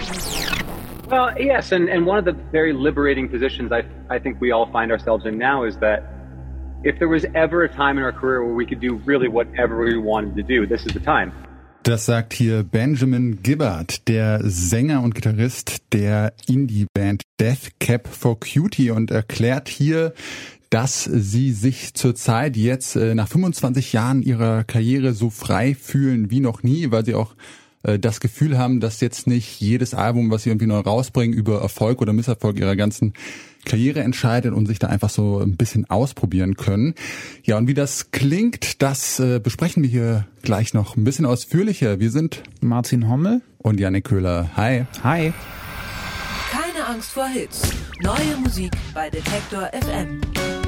Well, yes, and one of the very liberating positions I think we all find ourselves in now is that if there was ever a time in our career where we could do really whatever we wanted to do, this is the time. Das sagt hier Benjamin Gibbard, der Sänger und Gitarrist der Indie-Band Death Cab for Cutie, und erklärt hier, dass sie sich zurzeit jetzt nach 25 Jahren ihrer Karriere so frei fühlen wie noch nie, weil sie auch das Gefühl haben, dass jetzt nicht jedes Album, was sie irgendwie neu rausbringen, über Erfolg oder Misserfolg ihrer ganzen Karriere entscheidet und sich da einfach so ein bisschen ausprobieren können. Ja, und wie das klingt, das besprechen wir hier gleich noch ein bisschen ausführlicher. Wir sind Martin Hommel und Jannik Köhler. Hi. Hi. Keine Angst vor Hits. Neue Musik bei Detektor FM.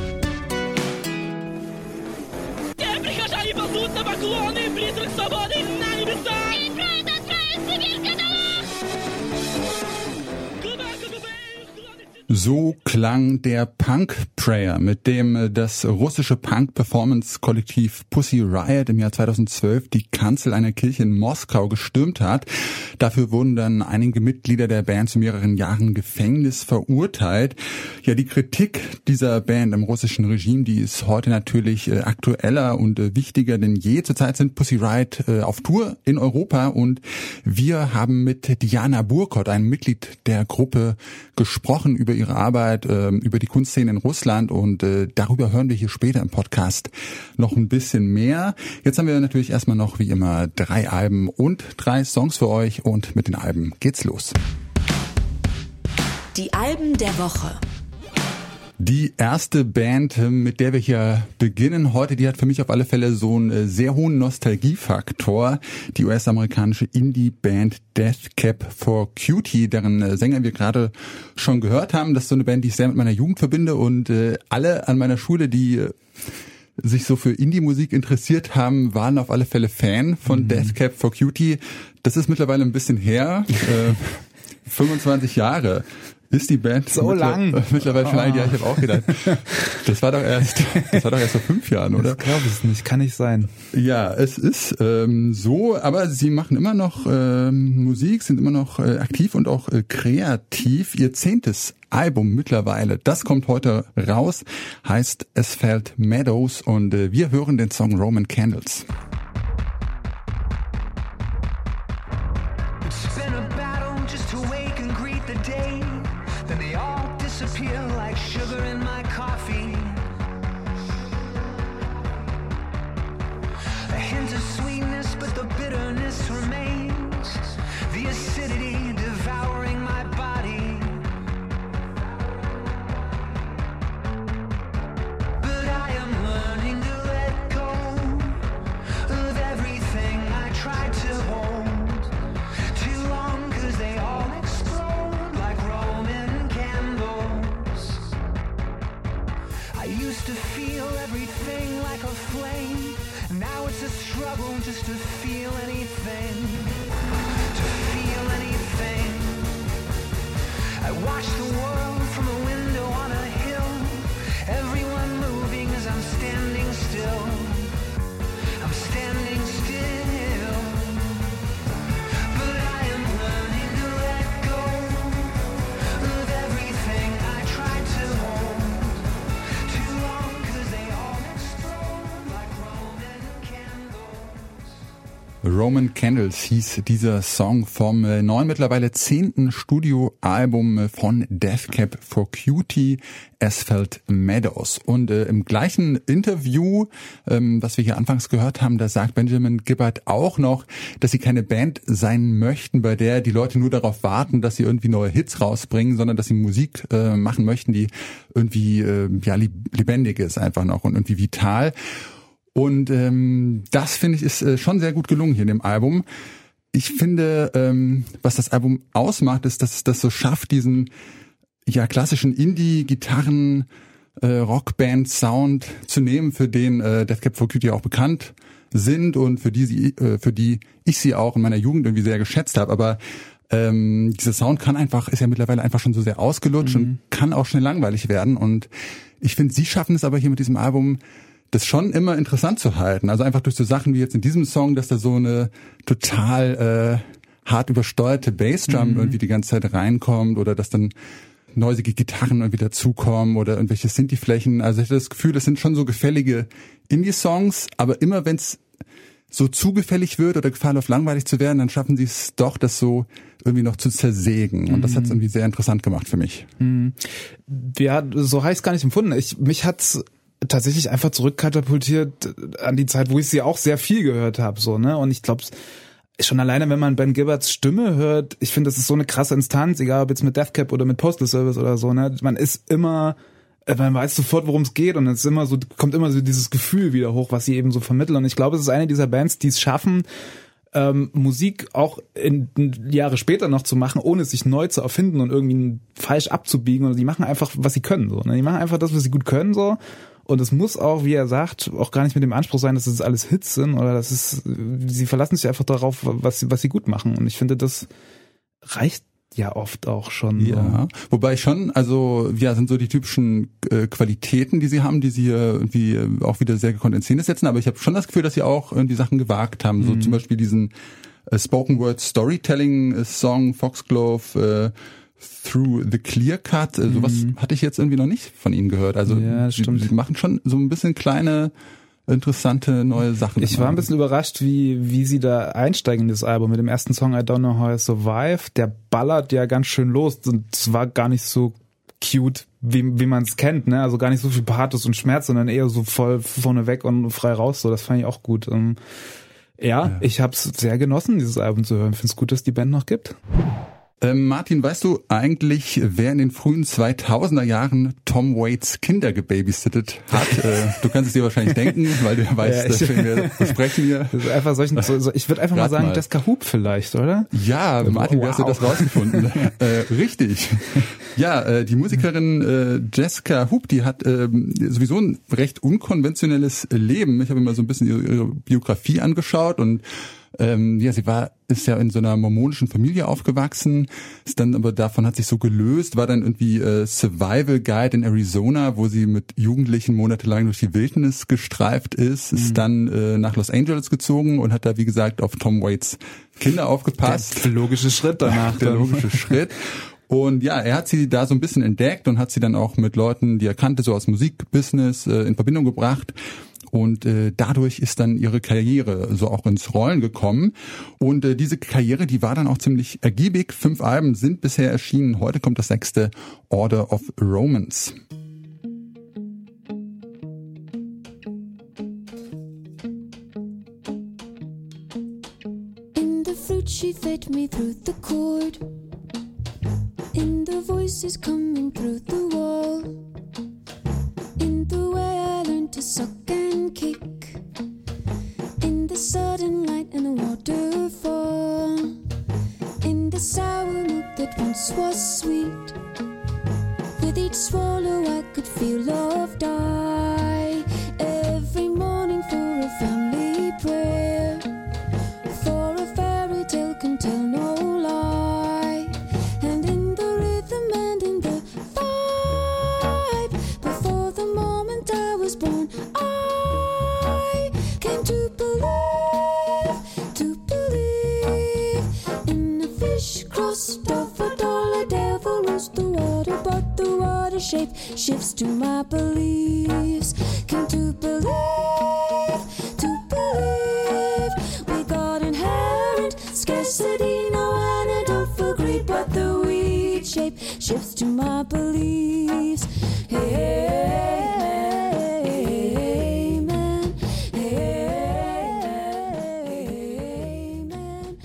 So klang der Punk Prayer, mit dem das russische Punk-Performance-Kollektiv Pussy Riot im Jahr 2012 die Kanzel einer Kirche in Moskau gestürmt hat. Dafür wurden dann einige Mitglieder der Band zu mehreren Jahren Gefängnis verurteilt. Ja, die Kritik dieser Band im russischen Regime, die ist heute natürlich aktueller und wichtiger denn je. Zurzeit sind Pussy Riot auf Tour in Europa und wir haben mit Diana Burkott, einem Mitglied der Gruppe, gesprochen über ihre Arbeit, über die Kunstszene in Russland, und darüber hören wir hier später im Podcast noch ein bisschen mehr. Jetzt haben wir natürlich erstmal noch wie immer 3 Alben und 3 Songs für euch, und mit den Alben geht's los. Die Alben der Woche. Die erste Band, mit der wir hier beginnen heute, die hat für mich auf alle Fälle so einen sehr hohen Nostalgiefaktor. Die US-amerikanische Indie-Band Death Cab for Cutie, deren Sänger wir gerade schon gehört haben. Das ist so eine Band, die ich sehr mit meiner Jugend verbinde, und alle an meiner Schule, die sich so für Indie-Musik interessiert haben, waren auf alle Fälle Fan von Death Cab for Cutie. Das ist mittlerweile ein bisschen her, 25 Jahre. Ist die Band so lang? Mittlerweile schon alt? Ja, ich habe auch gedacht. Das war doch erst vor 5 Jahren, oder? Das glaube ich nicht, kann nicht sein. Ja, es ist so, aber sie machen immer noch Musik, sind immer noch aktiv und auch kreativ. Ihr 10. Album mittlerweile, das kommt heute raus, heißt Asphalt Meadows, und wir hören den Song Roman Candles. Roman Candles hieß dieser Song vom neuen, mittlerweile 10. Studioalbum von Death Cab for Cutie, Asphalt Meadows. Und im gleichen Interview, was wir hier anfangs gehört haben, da sagt Benjamin Gibbard auch noch, dass sie keine Band sein möchten, bei der die Leute nur darauf warten, dass sie irgendwie neue Hits rausbringen, sondern dass sie Musik machen möchten, die irgendwie lebendig ist einfach noch und irgendwie vital. Und das, finde ich, ist schon sehr gut gelungen hier in dem Album. Ich finde, was das Album ausmacht, ist, dass es das so schafft, diesen klassischen Indie-Gitarren Rockband-Sound zu nehmen, für den Death Cab for Cutie auch bekannt sind und für die ich sie auch in meiner Jugend irgendwie sehr geschätzt habe. Aber dieser Sound ist ja mittlerweile einfach schon so sehr ausgelutscht und kann auch schnell langweilig werden. Und ich finde, sie schaffen es aber hier mit diesem Album, das schon immer interessant zu halten. Also einfach durch so Sachen wie jetzt in diesem Song, dass da so eine total hart übersteuerte Bassdrum irgendwie die ganze Zeit reinkommt oder dass dann neusige Gitarren irgendwie dazukommen oder irgendwelche Synthi-Flächen. Also ich hatte das Gefühl, das sind schon so gefällige Indie-Songs, aber immer wenn es so zu gefällig wird oder Gefahr läuft, langweilig zu werden, dann schaffen sie es doch, das so irgendwie noch zu zersägen. Und das hat es irgendwie sehr interessant gemacht für mich. Ja, so habe ich es gar nicht empfunden. Mich hat's tatsächlich einfach zurückkatapultiert an die Zeit, wo ich sie auch sehr viel gehört habe, so, ne? Und ich glaube, schon alleine, wenn man Ben Gilberts Stimme hört, ich finde, das ist so eine krasse Instanz, egal ob jetzt mit Death Cab oder mit Postal Service oder so, ne? Man weiß sofort, worum es geht, und es ist immer so, kommt immer so dieses Gefühl wieder hoch, was sie eben so vermitteln. Und ich glaube, es ist eine dieser Bands, die es schaffen, Musik auch in Jahre später noch zu machen, ohne sich neu zu erfinden und irgendwie falsch abzubiegen. Und die machen einfach, was sie können, so, ne? Die machen einfach das, was sie gut können, so. Und es muss auch, wie er sagt, auch gar nicht mit dem Anspruch sein, dass es alles Hits sind oder sie verlassen sich einfach darauf, was sie gut machen. Und ich finde, das reicht ja oft auch schon. Ja, so. Wobei schon, also ja, sind so die typischen Qualitäten, die sie haben, die sie irgendwie auch wieder sehr gekonnt in Szene setzen. Aber ich habe schon das Gefühl, dass sie auch die Sachen gewagt haben. So zum Beispiel diesen Spoken Word Storytelling Song Foxglove, Through the Clear Cut, sowas hatte ich jetzt irgendwie noch nicht von ihnen gehört. Also ja, sie machen schon so ein bisschen kleine, interessante neue Sachen. Ich war ein bisschen überrascht, wie sie da einsteigen in das Album. Mit dem ersten Song I Don't Know How I Survive, der ballert ja ganz schön los. Und es war gar nicht so cute, wie man es kennt, ne? Also gar nicht so viel Pathos und Schmerz, sondern eher so voll vorne weg und frei raus. So, das fand ich auch gut. Ja, ich habe es sehr genossen, dieses Album zu hören. Ich finde es gut, dass die Band noch gibt. Martin, weißt du eigentlich, wer in den frühen 2000er Jahren Tom Waits Kinder gebabysittet hat? Du kannst es dir wahrscheinlich denken, weil du ja weißt, dass wir besprechen hier. Das ist einfach ich würde einfach mal sagen, Jessica Hoop vielleicht, oder? Ja, Martin, wie hast du das rausgefunden? Richtig. Ja, die Musikerin Jessica Hoop, die hat sowieso ein recht unkonventionelles Leben. Ich habe mir mal so ein bisschen ihre Biografie angeschaut und sie ist ja in so einer mormonischen Familie aufgewachsen, ist dann aber davon hat sich so gelöst, war dann irgendwie Survival Guide in Arizona, wo sie mit Jugendlichen monatelang durch die Wildnis gestreift ist dann nach Los Angeles gezogen und hat da, wie gesagt, auf Tom Waits Kinder aufgepasst. Der logische Schritt danach. Der logische Schritt. Und ja, er hat sie da so ein bisschen entdeckt und hat sie dann auch mit Leuten, die er kannte, so aus Musikbusiness in Verbindung gebracht. Und dadurch ist dann ihre Karriere so auch ins Rollen gekommen. Und diese Karriere, die war dann auch ziemlich ergiebig. 5 Alben sind bisher erschienen. Heute kommt das 6. Order of Romance. In the fruit she fed me through the cord. In the voices coming through the wall. In the way I learned to suck and kick. In the sudden light and the waterfall. In the sour milk that once was sweet. With each swallow I could feel love die. Every morning for a family prayer. For a fairy tale can tell no lie. And in the rhythm and in the vibe. Before the moment I was born, I came to believe in a fish crossed off a dollar. Devil rules the water, but the water shape shifts to my beliefs. Came to believe. We got inherent scarcity, no antidote for greed, but the weed shape shifts to my beliefs. Amen. Amen.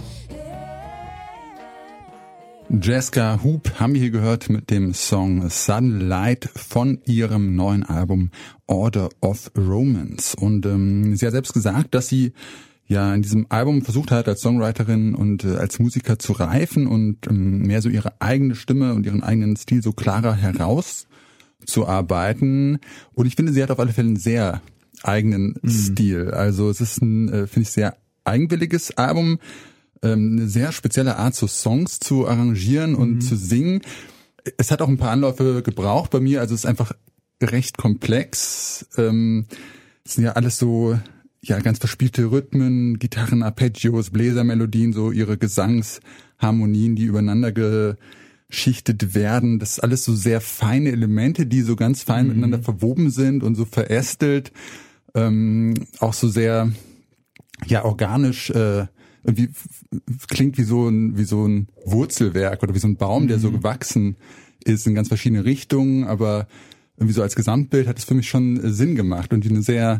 Jessica Hoop haben wir hier gehört mit dem Song Sunlight von ihrem neuen Album Order of Romance. Und sie hat selbst gesagt, dass sie ja in diesem Album versucht hat, als Songwriterin und als Musiker zu reifen und mehr so ihre eigene Stimme und ihren eigenen Stil so klarer herauszuarbeiten. Und ich finde, sie hat auf alle Fälle einen sehr eigenen Stil. Also es ist ein, finde ich, sehr eigenwilliges Album, eine sehr spezielle Art, so Songs zu arrangieren und zu singen. Es hat auch ein paar Anläufe gebraucht bei mir, also es ist einfach recht komplex. Es sind ja alles so ja ganz verspielte Rhythmen, Gitarren, Arpeggios, Bläsermelodien, so ihre Gesangsharmonien, die übereinander geschichtet werden. Das ist alles so sehr feine Elemente, die so ganz fein miteinander verwoben sind und so verästelt. Auch so sehr ja organisch irgendwie klingt wie so ein Wurzelwerk oder wie so ein Baum, der so gewachsen ist in ganz verschiedene Richtungen, aber irgendwie so als Gesamtbild hat es für mich schon Sinn gemacht und eine sehr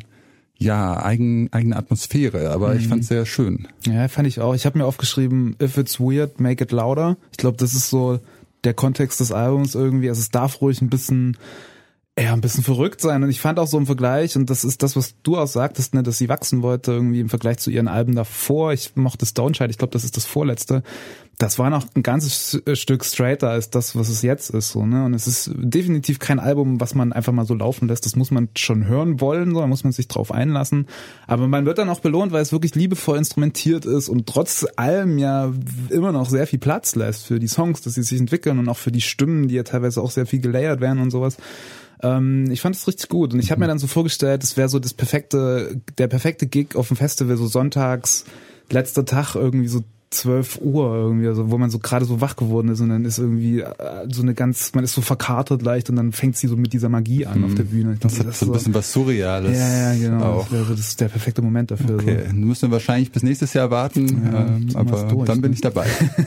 eigene Atmosphäre, aber ich fand es sehr schön. Ja, fand ich auch. Ich habe mir aufgeschrieben, if it's weird, make it louder. Ich glaube, das ist so der Kontext des Albums irgendwie. Also es darf ruhig ein bisschen verrückt sein. Und ich fand auch so im Vergleich, und das ist das, was du auch sagtest, ne, dass sie wachsen wollte irgendwie im Vergleich zu ihren Alben davor. Ich mochte Stoneshide, ich glaube, das ist das vorletzte. Das war noch ein ganzes Stück straighter als das, was es jetzt ist, so, ne. Und es ist definitiv kein Album, was man einfach mal so laufen lässt. Das muss man schon hören wollen, so, da muss man sich drauf einlassen. Aber man wird dann auch belohnt, weil es wirklich liebevoll instrumentiert ist und trotz allem ja immer noch sehr viel Platz lässt für die Songs, dass sie sich entwickeln und auch für die Stimmen, die ja teilweise auch sehr viel gelayert werden und sowas. Ich fand es richtig gut und ich habe mir dann so vorgestellt, es wäre so der perfekte Gig auf dem Festival, so sonntags, letzter Tag irgendwie so 12 Uhr irgendwie, also wo man so gerade so wach geworden ist und dann ist irgendwie man ist so verkatert leicht und dann fängt sie so mit dieser Magie an auf der Bühne. Das hat so ein bisschen was Surreales. Ja, genau. Auch. Das ist der perfekte Moment dafür. Okay, So. müssen wir wahrscheinlich bis nächstes Jahr warten, aber dann bin ich dabei.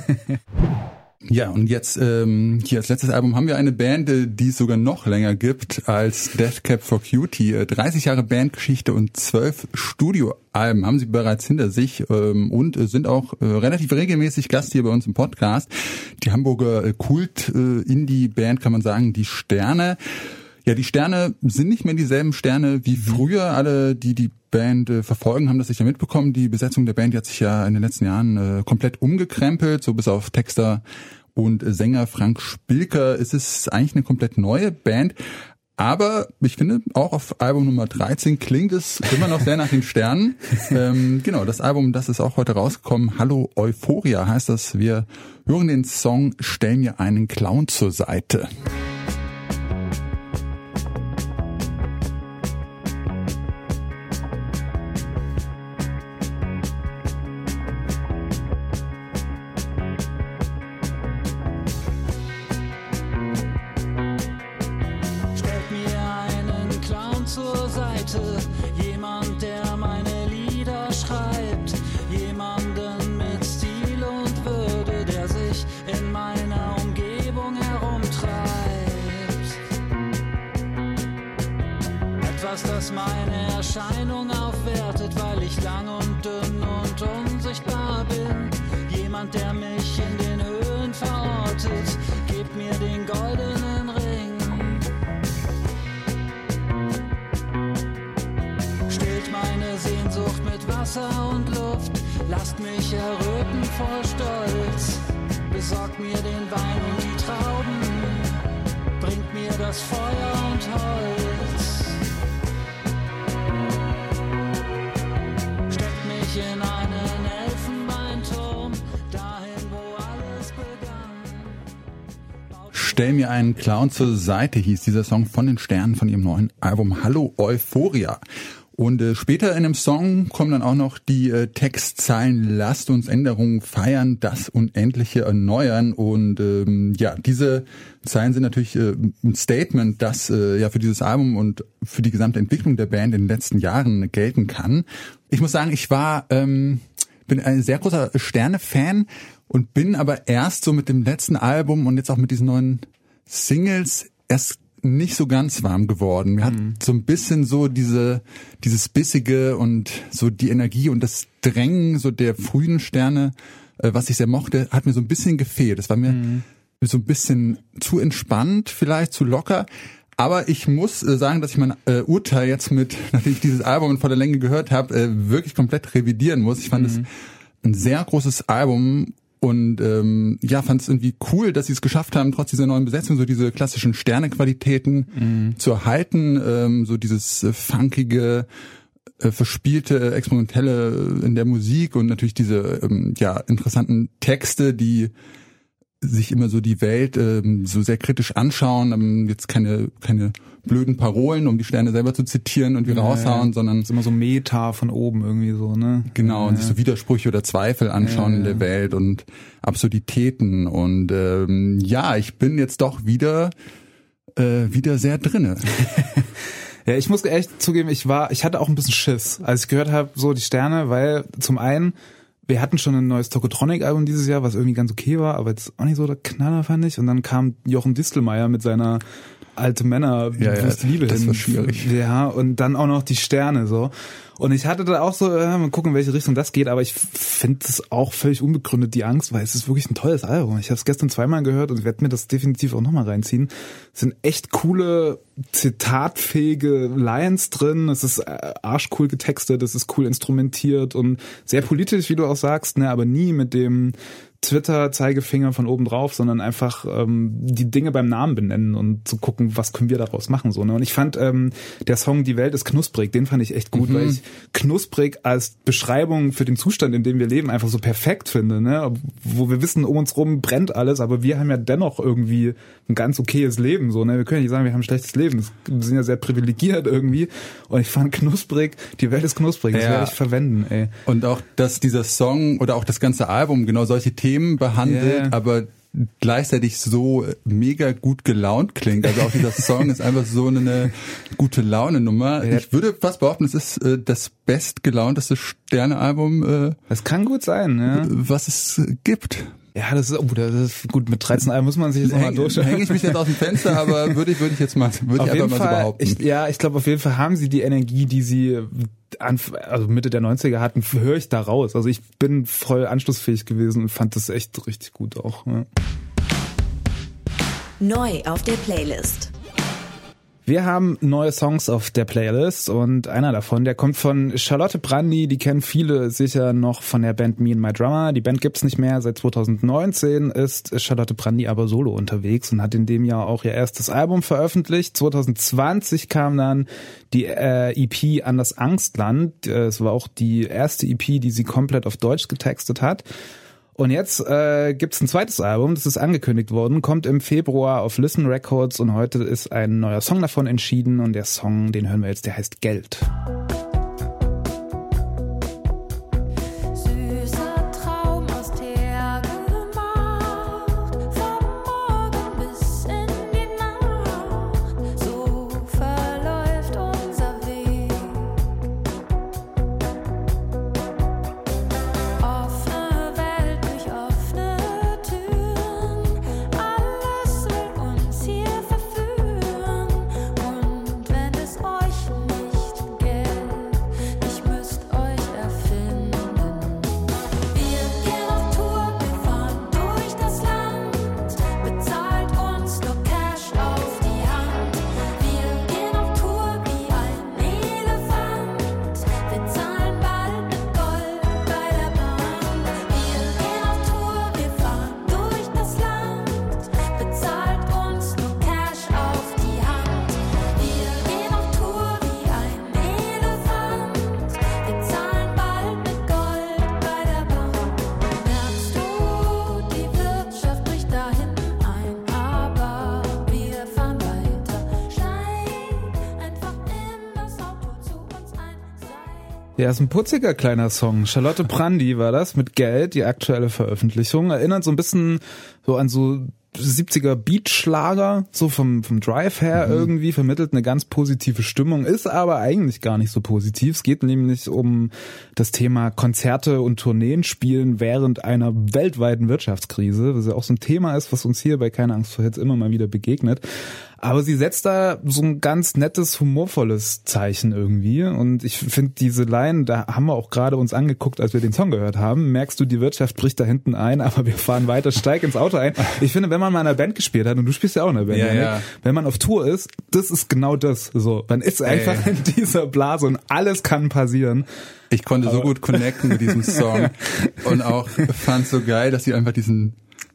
Ja, und jetzt hier als letztes Album haben wir eine Band, die es sogar noch länger gibt als Death Cab for Cutie. 30 Jahre Bandgeschichte und 12 Studioalben haben sie bereits hinter sich und sind auch relativ regelmäßig Gast hier bei uns im Podcast. Die Hamburger Kult-Indie-Band, kann man sagen, die Sterne. Ja, die Sterne sind nicht mehr dieselben Sterne wie früher. Alle, die Band verfolgen, haben das sicher mitbekommen. Die Besetzung der Band die hat sich ja in den letzten Jahren komplett umgekrempelt, so bis auf Texter und Sänger Frank Spilker. Es ist eigentlich eine komplett neue Band. Aber ich finde, auch auf Album Nummer 13 klingt es immer noch sehr nach den Sternen. Genau, das Album, das ist auch heute rausgekommen. Hallo Euphoria heißt das. Wir hören den Song Stell mir einen Clown zur Seite. Jemand, der meine Lieder schreibt, jemanden mit Stil und Würde, der sich in meiner Umgebung herumtreibt. Etwas, das meine Erscheinung aufwertet, weil ich lang und dünn und unsichtbar bin. Jemand, der mich in den Höhen verortet, gibt mir den goldenen Ring. Meine Sehnsucht mit Wasser und Luft, lasst mich erröten vor Stolz. Besorgt mir den Wein und die Trauben, bringt mir das Feuer und Holz. Steckt mich in einen Elfenbeinturm, dahin wo alles begann. Stell mir einen Clown zur Seite hieß dieser Song von den Sternen von ihrem neuen Album Hallo Euphoria. Und später in dem Song kommen dann auch noch die Textzeilen, lasst uns Änderungen feiern, das Unendliche erneuern. Und diese Zeilen sind natürlich ein Statement, das für dieses Album und für die gesamte Entwicklung der Band in den letzten Jahren gelten kann. Ich muss sagen, ich bin ein sehr großer Sterne-Fan und bin aber erst so mit dem letzten Album und jetzt auch mit diesen neuen Singles erst nicht so ganz warm geworden. Mir hat so ein bisschen so dieses Bissige und so die Energie und das Drängen so der frühen Sterne, was ich sehr mochte, hat mir so ein bisschen gefehlt. Das war mir so ein bisschen zu entspannt, vielleicht zu locker. Aber ich muss sagen, dass ich mein Urteil jetzt nachdem ich dieses Album in voller Länge gehört habe, wirklich komplett revidieren muss. Ich fand es ein sehr großes Album. Und fand es irgendwie cool, dass sie es geschafft haben, trotz dieser neuen Besetzung so diese klassischen Sternequalitäten zu erhalten, so dieses funkige, verspielte, experimentelle in der Musik und natürlich diese interessanten Texte, die sich immer so die Welt so sehr kritisch anschauen, jetzt keine blöden Parolen, um die Sterne selber zu zitieren und wieder raushauen, sondern ist immer so Meta von oben irgendwie so, ne? Genau, und sich so Widersprüche oder Zweifel anschauen in der Welt und Absurditäten und ich bin jetzt doch wieder sehr drinne. Ja, ich muss echt zugeben, ich hatte auch ein bisschen Schiss, als ich gehört habe, so die Sterne, weil zum einen, wir hatten schon ein neues Tokotronic-Album dieses Jahr, was irgendwie ganz okay war, aber jetzt auch nicht so der Knaller, fand ich. Und dann kam Jochen Distelmeier mit seiner alte Männer, Liebe das hin. war schwierig. Ja, und dann auch noch die Sterne so. Und ich hatte da auch so, mal gucken, in welche Richtung das geht, aber ich finde es auch völlig unbegründet, die Angst, weil es ist wirklich ein tolles Album. Ich habe es gestern zweimal gehört und werde mir das definitiv auch nochmal reinziehen. Es sind echt coole, zitatfähige Lines drin, es ist arschcool getextet, es ist cool instrumentiert und sehr politisch, wie du auch sagst, ne, aber nie mit dem Twitter-Zeigefinger von oben drauf, sondern einfach die Dinge beim Namen benennen und zu gucken, was können wir daraus machen. So, ne? Und ich fand der Song Die Welt ist knusprig, den fand ich echt gut, weil ich knusprig als Beschreibung für den Zustand, in dem wir leben, einfach so perfekt finde. Ne? Wo wir wissen, um uns rum brennt alles, aber wir haben ja dennoch irgendwie ein ganz okayes Leben. So, ne? Wir können ja nicht sagen, wir haben ein schlechtes Leben. Wir sind ja sehr privilegiert irgendwie. Und ich fand knusprig, die Welt ist knusprig, das werde ich verwenden. Ey. Und auch, dass dieser Song oder auch das ganze Album genau solche Themen behandelt, aber gleichzeitig so mega gut gelaunt klingt. Also auch dieser Song ist einfach so eine gute Laune-Nummer. Ich würde fast behaupten, es ist das bestgelaunteste Sterne-Album, das kann gut sein, ja, was es gibt. Ja, das ist gut. Mit 13 Alben muss man sich jetzt nochmal durchschauen. Hänge ich mich jetzt aus dem Fenster, aber würde ich einfach mal so behaupten. Ich glaube, auf jeden Fall haben sie die Energie, die sie also Mitte der 90er hatten, höre ich da raus. Also ich bin voll anschlussfähig gewesen und fand das echt richtig gut auch. Ja. Neu auf der Playlist. Wir haben neue Songs auf der Playlist und einer davon, der kommt von Charlotte Brandy, die kennen viele sicher noch von der Band Me and My Drummer. Die Band gibt's nicht mehr, seit 2019 ist Charlotte Brandy aber solo unterwegs und hat in dem Jahr auch ihr erstes Album veröffentlicht. 2020 kam dann die EP An das Angstland. Es war auch die erste EP, die sie komplett auf Deutsch getextet hat. Und jetzt gibt's ein zweites Album, das ist angekündigt worden, kommt im Februar auf Listen Records und heute ist ein neuer Song davon entschieden und der Song, den hören wir jetzt, der heißt Geld. Ja, ist ein putziger kleiner Song. Charlotte Brandy war das mit Geld, die aktuelle Veröffentlichung. Erinnert so ein bisschen so an so 70er Beatschlager, so vom Drive her irgendwie, vermittelt eine ganz positive Stimmung, ist aber eigentlich gar nicht so positiv. Es geht nämlich um das Thema Konzerte und Tourneen spielen während einer weltweiten Wirtschaftskrise, was ja auch so ein Thema ist, was uns hier bei Keine Angst vor Hits immer mal wieder begegnet. Aber sie setzt da so ein ganz nettes, humorvolles Zeichen irgendwie. Und ich finde diese Line, da haben wir auch gerade uns angeguckt, als wir den Song gehört haben. Merkst du, die Wirtschaft bricht da hinten ein, aber wir fahren weiter, steig ins Auto ein. Ich finde, wenn man mal in einer Band gespielt hat, und du spielst ja auch in einer Band, ja. Wenn man auf Tour ist, das ist genau das. So, man ist einfach in dieser Blase und alles kann passieren. Ich konnte so gut connecten mit diesem Song und auch fand so geil, dass sie einfach diese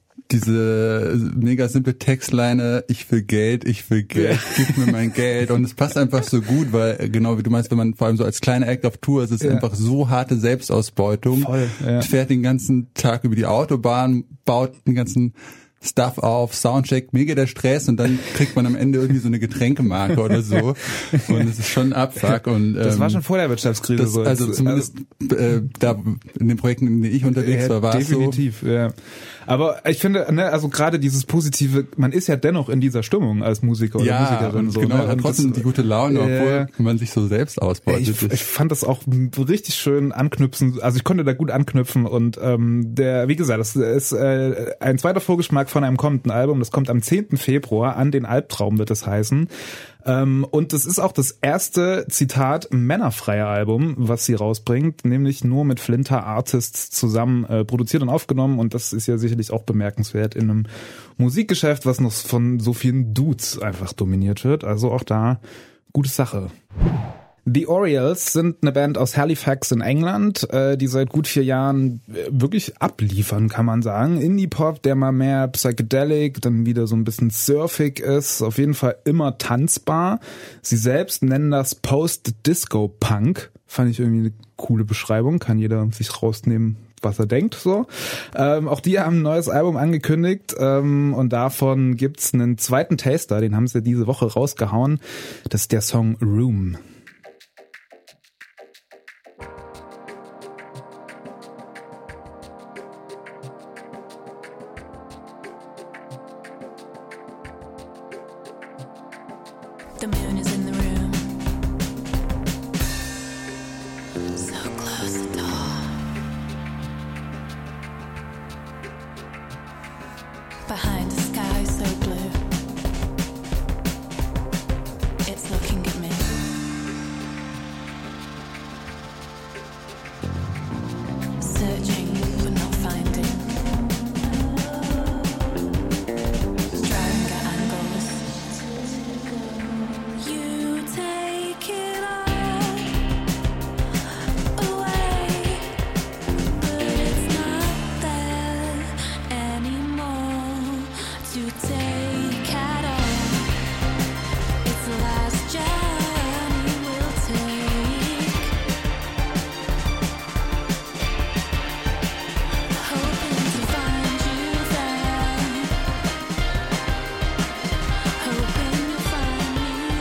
mega simple Textline, ich will Geld, gib mir mein Geld. Und es passt einfach so gut, weil genau wie du meinst, wenn man vor allem so als kleiner Act auf Tour ist, es einfach so harte Selbstausbeutung. Voll, ja. Fährt den ganzen Tag über die Autobahn, baut den ganzen Stuff auf, Soundcheck, mega der Stress und dann kriegt man am Ende irgendwie so eine Getränkemarke oder so und es ist schon ein Abfuck. Und das war schon vor der Wirtschaftskrise so. Also zumindest da in den Projekten, in denen ich unterwegs war es so. Definitiv, ja. Aber ich finde, ne, also gerade dieses Positive, man ist ja dennoch in dieser Stimmung als Musiker oder Musikerin. So, genau, ne? hat trotzdem die gute Laune, obwohl man sich so selbst ausbeutet. Ich fand das auch richtig schön anknüpfen, also ich konnte da gut anknüpfen und wie gesagt, das ist ein zweiter Vorgeschmack von einem kommenden Album, das kommt am 10. Februar, An den Albtraum wird es heißen. Und das ist auch das erste, Zitat, männerfreie Album, was sie rausbringt, nämlich nur mit Flinter Artists zusammen produziert und aufgenommen und das ist ja sicherlich auch bemerkenswert in einem Musikgeschäft, was noch von so vielen Dudes einfach dominiert wird, also auch da gute Sache. The Orioles sind eine Band aus Halifax in England, die seit gut 4 Jahren wirklich abliefern, kann man sagen. Indie-Pop, der mal mehr psychedelic, dann wieder so ein bisschen surfig ist, auf jeden Fall immer tanzbar. Sie selbst nennen das Post-Disco-Punk. Fand ich irgendwie eine coole Beschreibung, kann jeder sich rausnehmen, was er denkt, so. Auch die haben ein neues Album angekündigt, und davon gibt's einen zweiten Taster, den haben sie diese Woche rausgehauen. Das ist der Song Room. The moon is in the room, so close the door. Behind the sky so blue, it's looking at me. Searching but not finding. Trying at angles. You take it all away, but it's not there anymore to take at all. It's the last journey we'll take, hoping to find you there, hoping you'll find me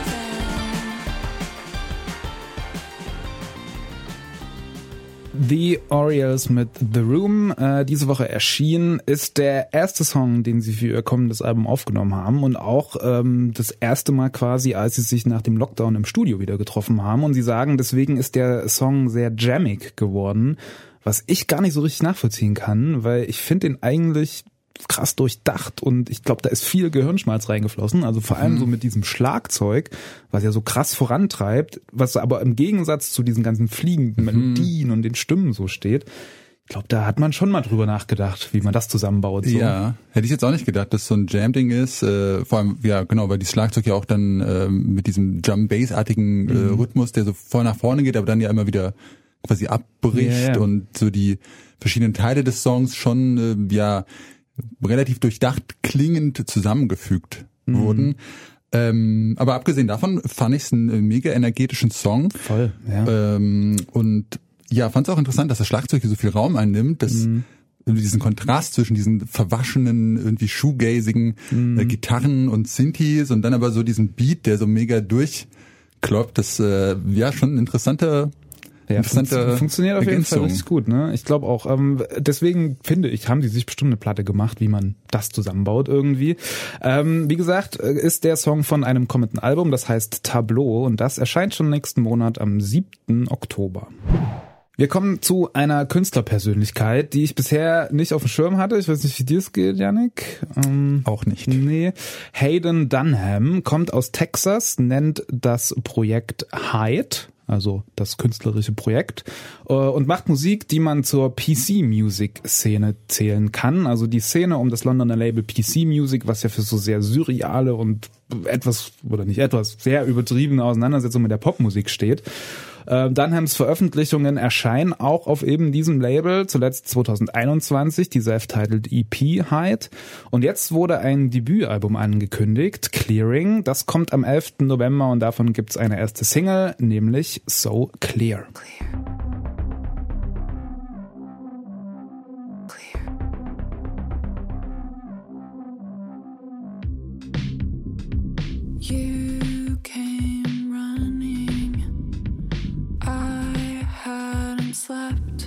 there. The Orioles mit The Room, diese Woche erschienen, ist der erste Song, den sie für ihr kommendes Album aufgenommen haben und auch das erste Mal quasi, als sie sich nach dem Lockdown im Studio wieder getroffen haben. Und sie sagen, deswegen ist der Song sehr jammig geworden, was ich gar nicht so richtig nachvollziehen kann, weil ich finde den eigentlich krass durchdacht und ich glaube, da ist viel Gehirnschmalz reingeflossen, also vor allem so mit diesem Schlagzeug, was ja so krass vorantreibt, was aber im Gegensatz zu diesen ganzen fliegenden Melodien und den Stimmen so steht. Ich glaube, da hat man schon mal drüber nachgedacht, wie man das zusammenbaut. So. Ja, hätte ich jetzt auch nicht gedacht, dass so ein Jam-Ding ist, vor allem, ja genau, weil die Schlagzeug ja auch dann mit diesem Drum-Bass-artigen Rhythmus, der so voll nach vorne geht, aber dann ja immer wieder quasi abbricht und so die verschiedenen Teile des Songs schon, relativ durchdacht klingend zusammengefügt wurden. Aber abgesehen davon fand ich es einen mega energetischen Song. Voll, ja. Und ja, fand es auch interessant, dass das Schlagzeug hier so viel Raum einnimmt, dass diesen Kontrast zwischen diesen verwaschenen, irgendwie shoegazigen Gitarren und Synthes und dann aber so diesen Beat, der so mega durchkloppt, das schon ein interessanter funktioniert auf jeden Fall richtig gut, ne? Ich glaube auch, deswegen finde ich, haben die sich bestimmt eine Platte gemacht, wie man das zusammenbaut irgendwie. Wie gesagt, ist der Song von einem kommenden Album, das heißt Tableau und das erscheint schon nächsten Monat am 7. Oktober. Wir kommen zu einer Künstlerpersönlichkeit, die ich bisher nicht auf dem Schirm hatte. Ich weiß nicht, wie dir es geht, Yannick. Auch nicht. Nee. Hayden Dunham kommt aus Texas, nennt das Projekt Hyde, also das künstlerische Projekt, und macht Musik, die man zur PC-Music-Szene zählen kann. Also die Szene um das Londoner Label PC Music, was ja für so sehr surreale und sehr übertriebene Auseinandersetzungen mit der Popmusik steht. Dunhams Veröffentlichungen erscheinen auch auf eben diesem Label, zuletzt 2021, die self-titled EP Hyde. Und jetzt wurde ein Debütalbum angekündigt, Clearing. Das kommt am 11. November und davon gibt's eine erste Single, nämlich So Clear. You came running. I hadn't slept.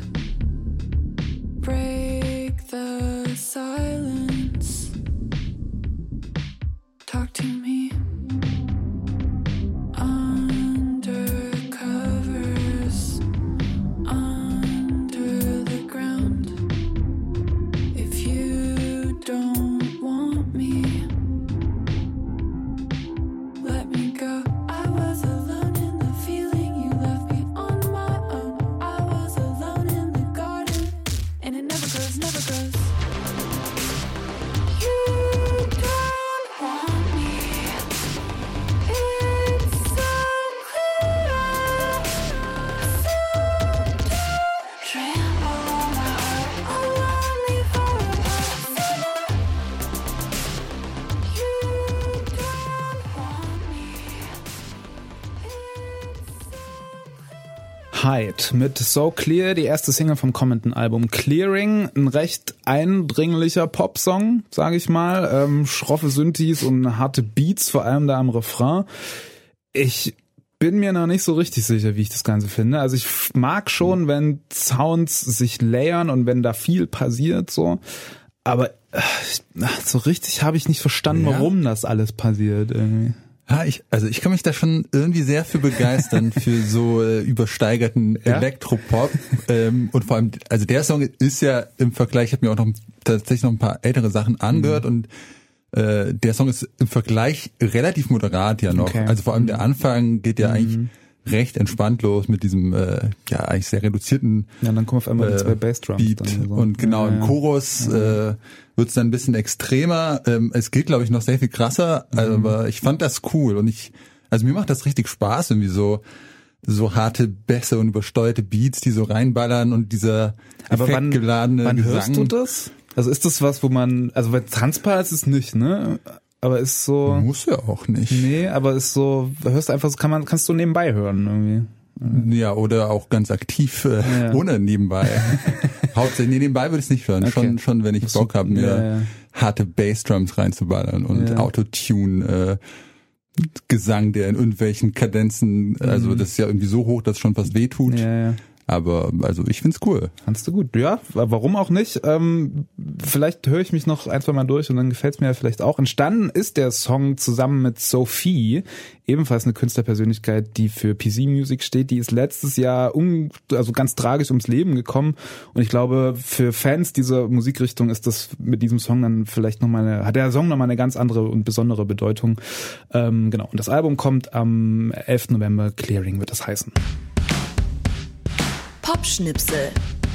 Break the silence. Talk to me. Under covers. Under the ground. If you don't want me, let me go. I was alone in the feeling you left me on my own. I was alone in the garden, and it never grows, never grows. You don't want me. It's so clear. So don't trample my heart. I'll only fall apart. You don't want me. Hyde mit So Clear, die erste Single vom kommenden Album Clearing. Ein recht eindringlicher Popsong, sage ich mal. Schroffe Synthes und harte Beats, vor allem da am Refrain. Ich bin mir noch nicht so richtig sicher, wie ich das Ganze finde. Also ich mag schon, wenn Sounds sich layern und wenn da viel passiert, so. Aber so richtig habe ich nicht verstanden, Ja. warum das alles passiert irgendwie. Ja, ich kann mich da schon irgendwie sehr für begeistern, für so übersteigerten Ja? Elektropop. Und vor allem, also der Song ist ja im Vergleich, ich habe mir auch noch tatsächlich noch ein paar ältere Sachen angehört und der Song ist im Vergleich relativ moderat ja noch. Okay. Also vor allem der Anfang geht ja eigentlich recht entspannt los mit diesem ja eigentlich sehr reduzierten Ja, dann kommen auf einmal die zwei Bassdrums. Beat. Dann so. Und genau, Ja, im ja. Chorus wird's dann ein bisschen extremer. Es geht, glaube ich, noch sehr viel krasser, aber ich fand das cool und also mir macht das richtig Spaß, irgendwie so harte Bässe und übersteuerte Beats, die so reinballern und dieser Aber effektgeladene wann Gesang. hörst du das? Also ist das was, wo man, also bei tanzbar ist es nicht, ne? Aber ist so, Muss ja auch nicht. nee, aber ist so, hörst du einfach, kannst du nebenbei hören irgendwie. Ja, oder auch ganz aktiv, ohne nebenbei. Hauptsächlich nebenbei würde ich es nicht hören. Okay. Schon wenn ich Bock habe, mir harte Bassdrums reinzuballern und Autotune, Gesang, der in irgendwelchen Kadenzen, also das ist ja irgendwie so hoch, dass es schon fast wehtut. Ja. Aber also ich find's cool. Fandst du gut? Ja, warum auch nicht? Vielleicht höre ich mich noch ein, zwei Mal durch und dann gefällt's mir ja vielleicht auch. Entstanden ist der Song zusammen mit Sophie, ebenfalls eine Künstlerpersönlichkeit, die für PC Music steht. Die ist letztes Jahr also ganz tragisch ums Leben gekommen und ich glaube, für Fans dieser Musikrichtung ist das mit diesem Song dann vielleicht hat der Song nochmal eine ganz andere und besondere Bedeutung. Genau, und das Album kommt am 11. November, Clearing wird das heißen. Popschnipsel.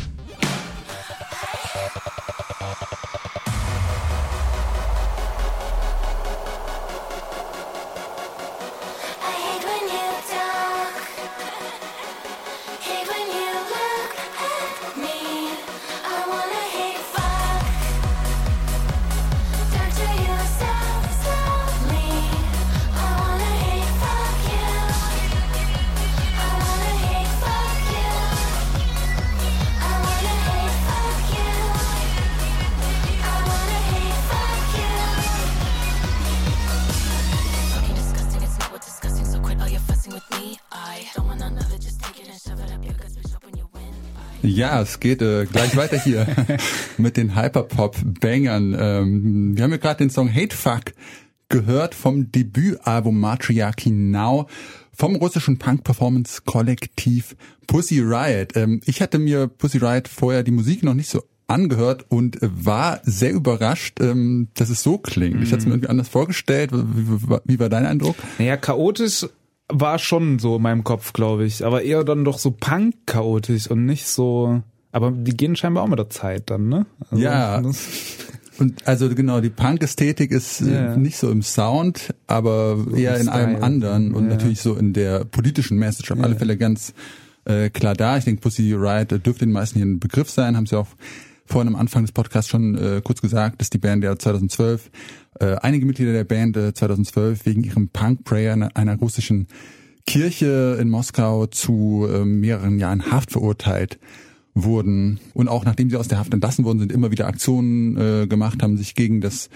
Ja, es geht gleich weiter hier mit den Hyperpop-Bangern. Wir haben ja gerade den Song Hate Fuck gehört vom Debütalbum Matriarchy Now vom russischen Punk-Performance-Kollektiv Pussy Riot. Ich hatte mir Pussy Riot vorher die Musik noch nicht so angehört und war sehr überrascht, dass es so klingt. Ich hatte es mir irgendwie anders vorgestellt. Wie war dein Eindruck? Naja, chaotisch war schon so in meinem Kopf, glaube ich. Aber eher dann doch so Punk-chaotisch und nicht so... Aber die gehen scheinbar auch mit der Zeit dann, ne? Also ja. Und also genau, die Punk-Ästhetik ist nicht so im Sound, aber so eher in Style. allem anderen und natürlich so in der politischen Message auf alle Fälle ganz klar da. Ich denke, Pussy Riot dürfte den meisten hier ein Begriff sein, haben sie auch vorhin am Anfang des Podcasts schon kurz gesagt, dass die Band ja 2012, einige Mitglieder der Band 2012 wegen ihrem Punk-Prayer in einer russischen Kirche in Moskau zu mehreren Jahren Haft verurteilt wurden. Und auch nachdem sie aus der Haft entlassen wurden, sind immer wieder Aktionen gemacht, haben sich gegen das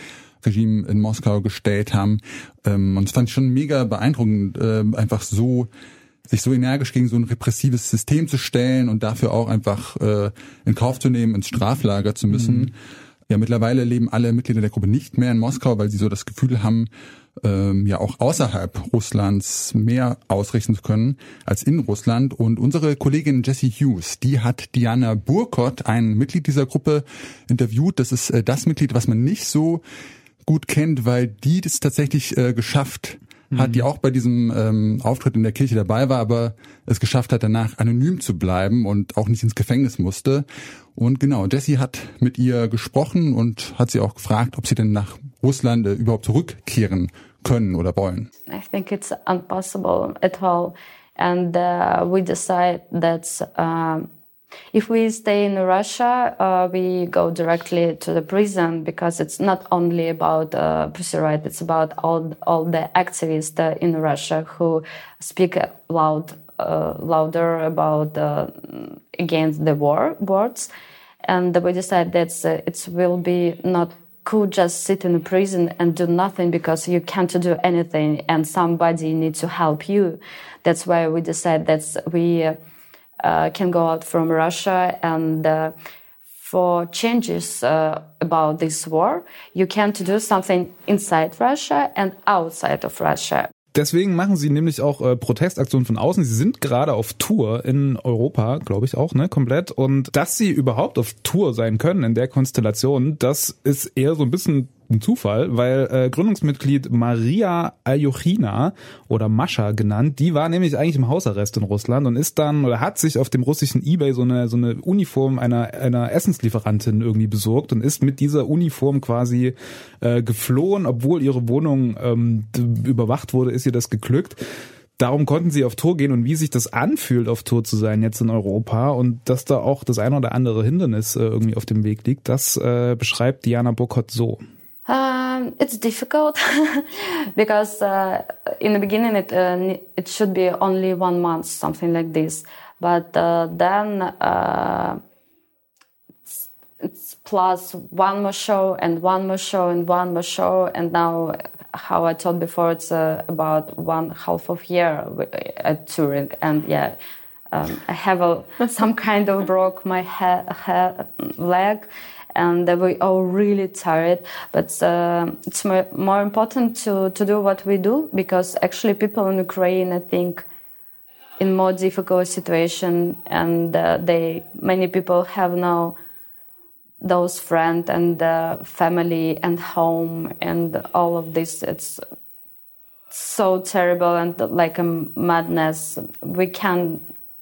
Regime in Moskau gestellt haben. Und es fand ich schon mega beeindruckend, einfach so sich so energisch gegen so ein repressives System zu stellen und dafür auch einfach in Kauf zu nehmen, ins Straflager zu müssen. Ja, mittlerweile leben alle Mitglieder der Gruppe nicht mehr in Moskau, weil sie so das Gefühl haben, ja auch außerhalb Russlands mehr ausrichten zu können als in Russland. Und unsere Kollegin Jessie Hughes, die hat Diana Burkott, ein Mitglied dieser Gruppe, interviewt. Das ist das Mitglied, was man nicht so gut kennt, weil die das tatsächlich geschafft hat, die auch bei diesem Auftritt in der Kirche dabei war, aber es geschafft hat, danach anonym zu bleiben und auch nicht ins Gefängnis musste. Und genau, Jessie hat mit ihr gesprochen und hat sie auch gefragt, ob sie denn nach Russland überhaupt zurückkehren können oder wollen. I think it's impossible at all. And we decide that if we stay in Russia, we go directly to the prison, because it's not only about Pussy Riot, it's about all the activists in Russia who speak louder about against the war words. And we decide that it will be not cool just sit in a prison and do nothing, because you can't do anything and somebody needs to help you. That's why we decide that we can go out from Russia, and for changes about this war, you can't do something inside Russia and outside of Russia. Deswegen machen sie nämlich auch Protestaktionen von außen. Sie sind gerade auf Tour in Europa, glaube ich auch, ne, komplett. Und dass sie überhaupt auf Tour sein können in der Konstellation, das ist eher so ein bisschen ein Zufall, weil Gründungsmitglied Maria Aljochina oder Mascha genannt, die war nämlich eigentlich im Hausarrest in Russland und ist dann oder hat sich auf dem russischen eBay so eine Uniform einer Essenslieferantin irgendwie besorgt und ist mit dieser Uniform quasi geflohen, obwohl ihre Wohnung überwacht wurde, ist ihr das geglückt. Darum konnten sie auf Tour gehen, und wie sich das anfühlt, auf Tour zu sein jetzt in Europa und dass da auch das ein oder andere Hindernis irgendwie auf dem Weg liegt, das beschreibt Diana Burkott so. It's difficult because in the beginning it should be only 1 month, something like this. But then it's plus one more show and one more show and one more show, and now, how I told before, it's about 1.5 of year at touring, and yeah, I have some kind of broke my leg. And we all really tired, but it's more important to do what we do, because actually people in Ukraine, I think, in more difficult situation, and many people have now those friends and family and home and all of this. It's so terrible and like a madness. We can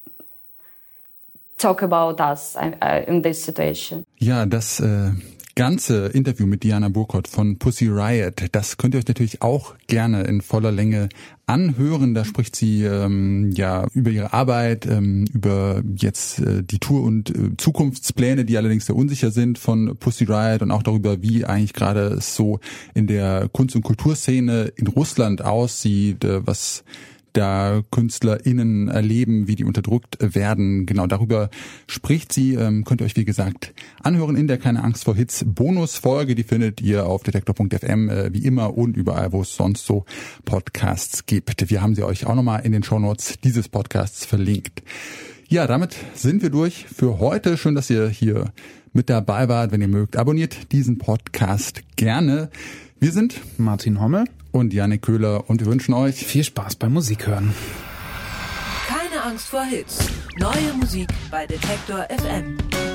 talk about us in this situation. Ja, das ganze Interview mit Diana Burkott von Pussy Riot, das könnt ihr euch natürlich auch gerne in voller Länge anhören. Da spricht sie ja über ihre Arbeit, über jetzt die Tour und Zukunftspläne, die allerdings sehr unsicher sind von Pussy Riot, und auch darüber, wie eigentlich gerade es so in der Kunst- und Kulturszene in Russland aussieht, was da KünstlerInnen erleben, wie die unterdrückt werden. Genau darüber spricht sie. Könnt ihr euch, wie gesagt, anhören in der Keine Angst vor Hits Bonusfolge. Die findet ihr auf detektor.fm wie immer und überall, wo es sonst so Podcasts gibt. Wir haben sie euch auch nochmal in den Shownotes dieses Podcasts verlinkt. Ja, damit sind wir durch für heute. Schön, dass ihr hier mit dabei wart. Wenn ihr mögt, abonniert diesen Podcast gerne. Wir sind Martin Hommel und Janik Köhler, und wir wünschen euch viel Spaß beim Musik hören. Keine Angst vor Hits. Neue Musik bei Detektor FM.